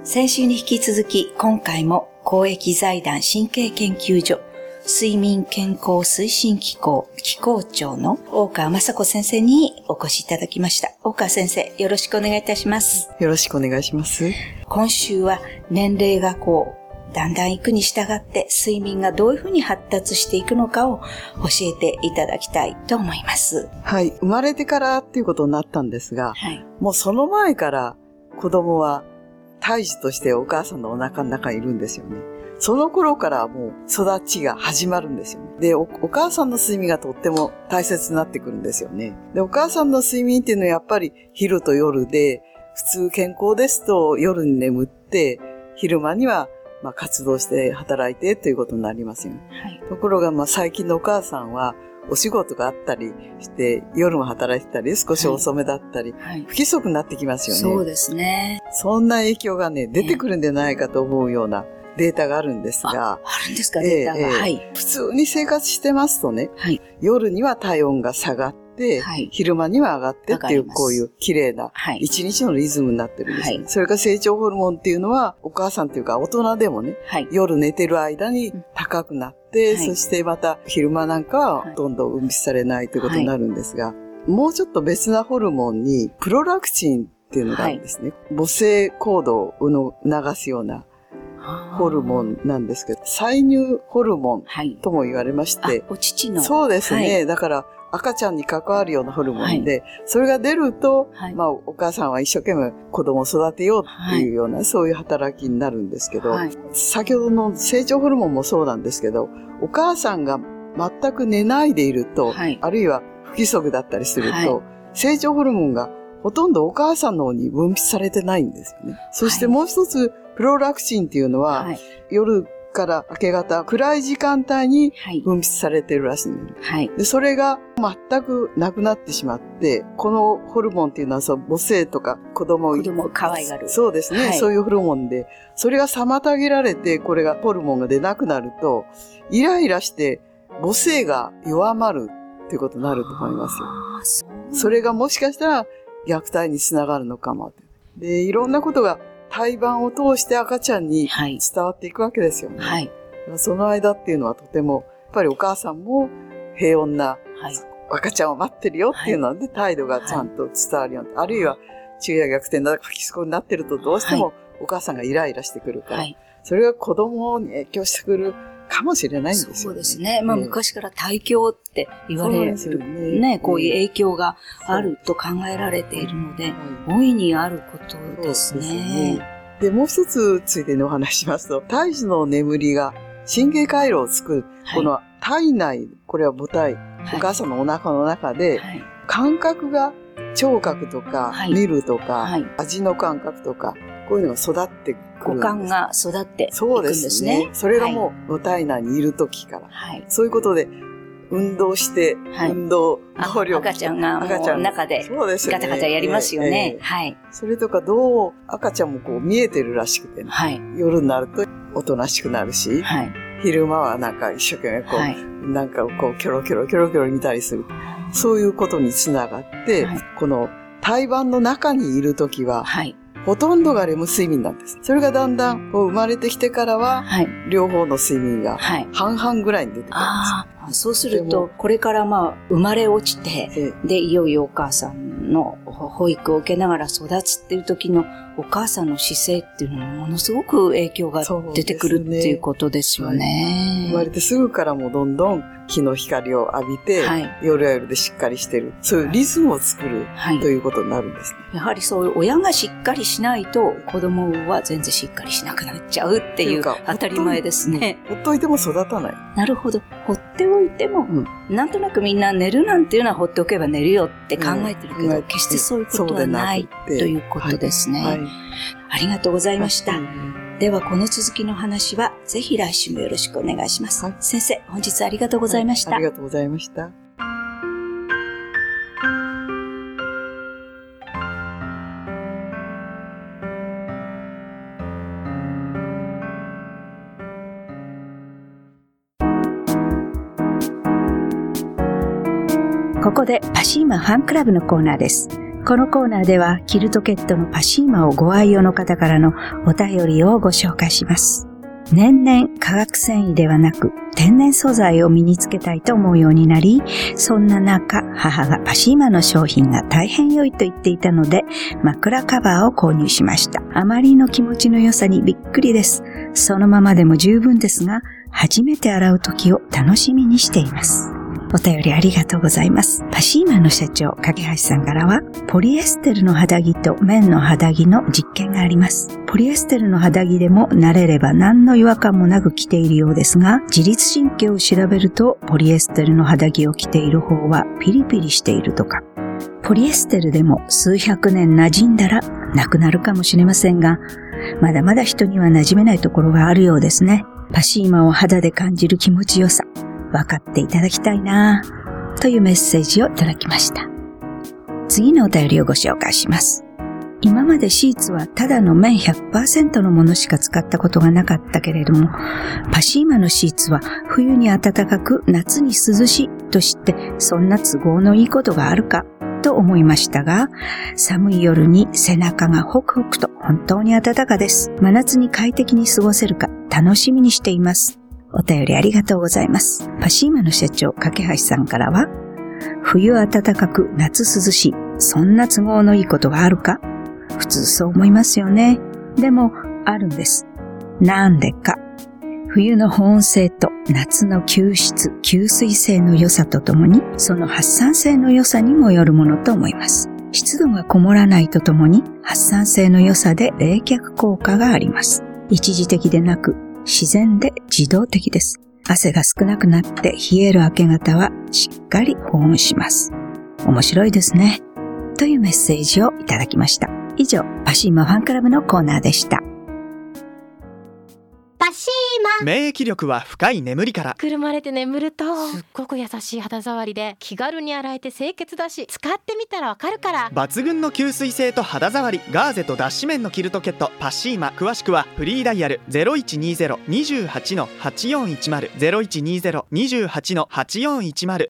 先週に引き続き、今回も公益財団神経研究所睡眠健康推進機構機構長の大川雅子先生にお越しいただきました。大川先生、よろしくお願いいたします。 よろしくお願いします。 今週は年齢がだんだんいくに従って睡眠がどういうふうに発達していくのかを教えていただきたいと思います。 はい。生まれてからっていうことになったんですが、 はい、 もうその前から子供は胎児としてお母さんのお腹の中にいるんですよね。その頃からもう育ちが始まるんですよね。で、お母さんの睡眠がとっても大切になってくるんですよね。で、お母さんの睡眠っていうのはやっぱり昼と夜で、普通健康ですと夜に眠って、昼間には活動して働いてということになりますよね。 はい、 ところが最近のお母さんはお仕事があったりして夜も働いてたり少し遅めだったり、 はい、 不規則になってきますよね。 そうですね。 そんな影響がね出てくるんじゃないかと思うようなデータがあるんですが。 あるんですか、データが。はい。 普通に生活してますとね、 はい、 夜には体温が下がって、はい、昼間には上がってっていうこういう綺麗な一日のリズムになってるんですね。はい、それから成長ホルモンっていうのはお母さんというか大人でもね、はい、夜寝てる間に高くなって、はい、そしてまた昼間なんかはどんどん分泌されないということになるんですが、はい、もうちょっと別なホルモンにプロラクチンっていうのがあるんですね。はい、母性行動を促すようなホルモンなんですけど、歳乳ホルモンとも言われまして、 お乳の。 そうですね。はい、だから赤ちゃんに関わるようなホルモンで、はい、それが出ると、はい、お母さんは一生懸命子供を育てようっていうような、はい、そういう働きになるんですけど、はい、先ほどの成長ホルモンもそうなんですけど、お母さんが全く寝ないでいると、はい、あるいは不規則だったりすると、はい、成長ホルモンがほとんどお母さんの方に分泌されてないんですよね。そしてもう一つ、プロラクチンっていうのは、はい、夜から明け方、暗い時間帯に分泌されてるらしいんです、はい、で、それが全くなくなってしまって、このホルモンっていうのは母性とか子供を可愛がる。 そうですね、はい、そういうホルモンで、それが妨げられて、これがホルモンが出なくなると、イライラして母性が弱まるっていうことになると思いますよ。それがもしかしたら虐待につながるのかも。で、いろんなことが胎盤を通して赤ちゃんに伝わっていくわけですよね。はい、その間っていうのはとても、やっぱりお母さんも平穏な赤ちゃんを待ってるよっていうので、態度がちゃんと伝わるように、あるいは昼夜逆転だとか不規則になってるとどうしてもお母さんがイライラしてくるから、それが子供に影響してくるかもしれないんですよね。 そうですね。昔から胎教って言われるね、こういう影響があると考えられているので、大いにあることですね。 で、もう一つついでにお話しますと、胎児の眠りが神経回路を作る、この体内、これは母体、お母さんのお腹の中で、感覚が聴覚とか見るとか、味の感覚とか、こういうのが育ってくるんです。 五感が育っていくんですね。 そうですね。それがもう母体内にいる時から。そういうことで、運動して、運動能力。 赤ちゃんがもう中でガタガタやりますよね。 それとか赤ちゃんもこう見えてるらしくて、夜になるとおとなしくなるし、昼間はなんか一生懸命こう、なんかこうキョロキョロ見たりする。そういうことにつながって、この胎盤の中にいるときは、ほとんどがレム睡眠なんです。それがだんだん生まれてきてからは、両方の睡眠が半々ぐらいに出てくるんです。 そうすると、これから生まれ落ちて、で、いよいよお母さんの保育を受けながら育つっていう時のお母さんの姿勢っていうのもものすごく影響が出てくるっていうことですよね。 生まれてすぐからもうどんどん日の光を浴びて、夜は夜でしっかりしてる。そういうリズムを作る、ということになるんですね。 やはりそういう親がしっかりしないと子供は全然しっかりしなくなっちゃうっていう当たり前ですね。 ほっといても育たない。 なるほど。ほっておいても、なんとなくみんな寝るなんていうのはほっておけば寝るよって考えてるけど、決してそういうことはないということですね。ありがとうございました。ではこの続きの話はぜひ来週もよろしくお願いします。先生、本日ありがとうございました。 ありがとうございました。 ここでパシーマファンクラブのコーナーです。 このコーナーではキルトケットのパシーマをご愛用の方からのお便りをご紹介します。年々化学繊維ではなく天然素材を身につけたいと思うようになり、そんな中、母がパシーマの商品が大変良いと言っていたので、枕カバーを購入しました。あまりの気持ちの良さにびっくりです。そのままでも十分ですが、初めて洗う時を楽しみにしています。お便りありがとうございます。パシーマの社長、架橋さんからは、ポリエステルの肌着と綿の肌着の実験があります。ポリエステルの肌着でも慣れれば何の違和感もなく着ているようですが、自律神経を調べると、ポリエステルの肌着を着ている方はピリピリしているとか。ポリエステルでも数百年馴染んだらなくなるかもしれませんが、まだまだ人には馴染めないところがあるようですね。パシーマを肌で感じる気持ちよさ、分かっていただきたいなというメッセージをいただきました。次のお便りをご紹介します。今までシーツはただの綿 100% のものしか使ったことがなかったけれども、パシーマのシーツは冬に暖かく夏に涼しいと知って、そんな都合のいいことがあるかと思いましたが、寒い夜に背中がホクホクと本当に暖かです。真夏に快適に過ごせるか楽しみにしています。お便りありがとうございます。パシーマの社長、架橋さんからは、冬暖かく夏涼しい、そんな都合のいいことがあるか？普通そう思いますよね。でも、あるんです。なんでか。冬の保温性と夏の吸湿・吸水性の良さとともに、その発散性の良さにもよるものと思います。湿度がこもらないとともに、発散性の良さで冷却効果があります。一時的でなく、自然で自動的です。汗が少なくなって冷える明け方はしっかり保温します。面白いですね。というメッセージをいただきました。以上、パシーマファンクラブのコーナーでした。 パシーマ。 免疫力は深い眠りから。 くるまれて眠るとすっごく優しい肌触りで気軽に洗えて清潔だし、使ってみたらわかるから。 抜群の吸水性と肌触り、ガーゼと脱脂綿のキルトケットパシーマ。詳しくはフリーダイヤル 0120-28-8410 0120-28-8410。